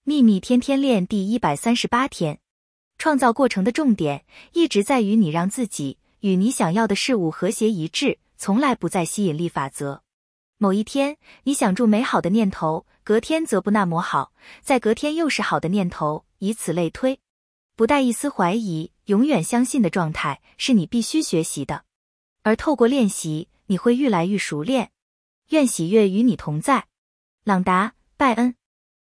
秘密天天练第138天，创造过程的重点一直在于你让自己与你想要的事物和谐一致，从来不在吸引力法则。某一天你想住美好的念头，隔天则不那么好，再隔天又是好的念头，以此类推。不带一丝怀疑，永远相信的状态是你必须学习的。而透过练习，你会愈来愈熟练。愿喜悦与你同在。朗达·拜恩。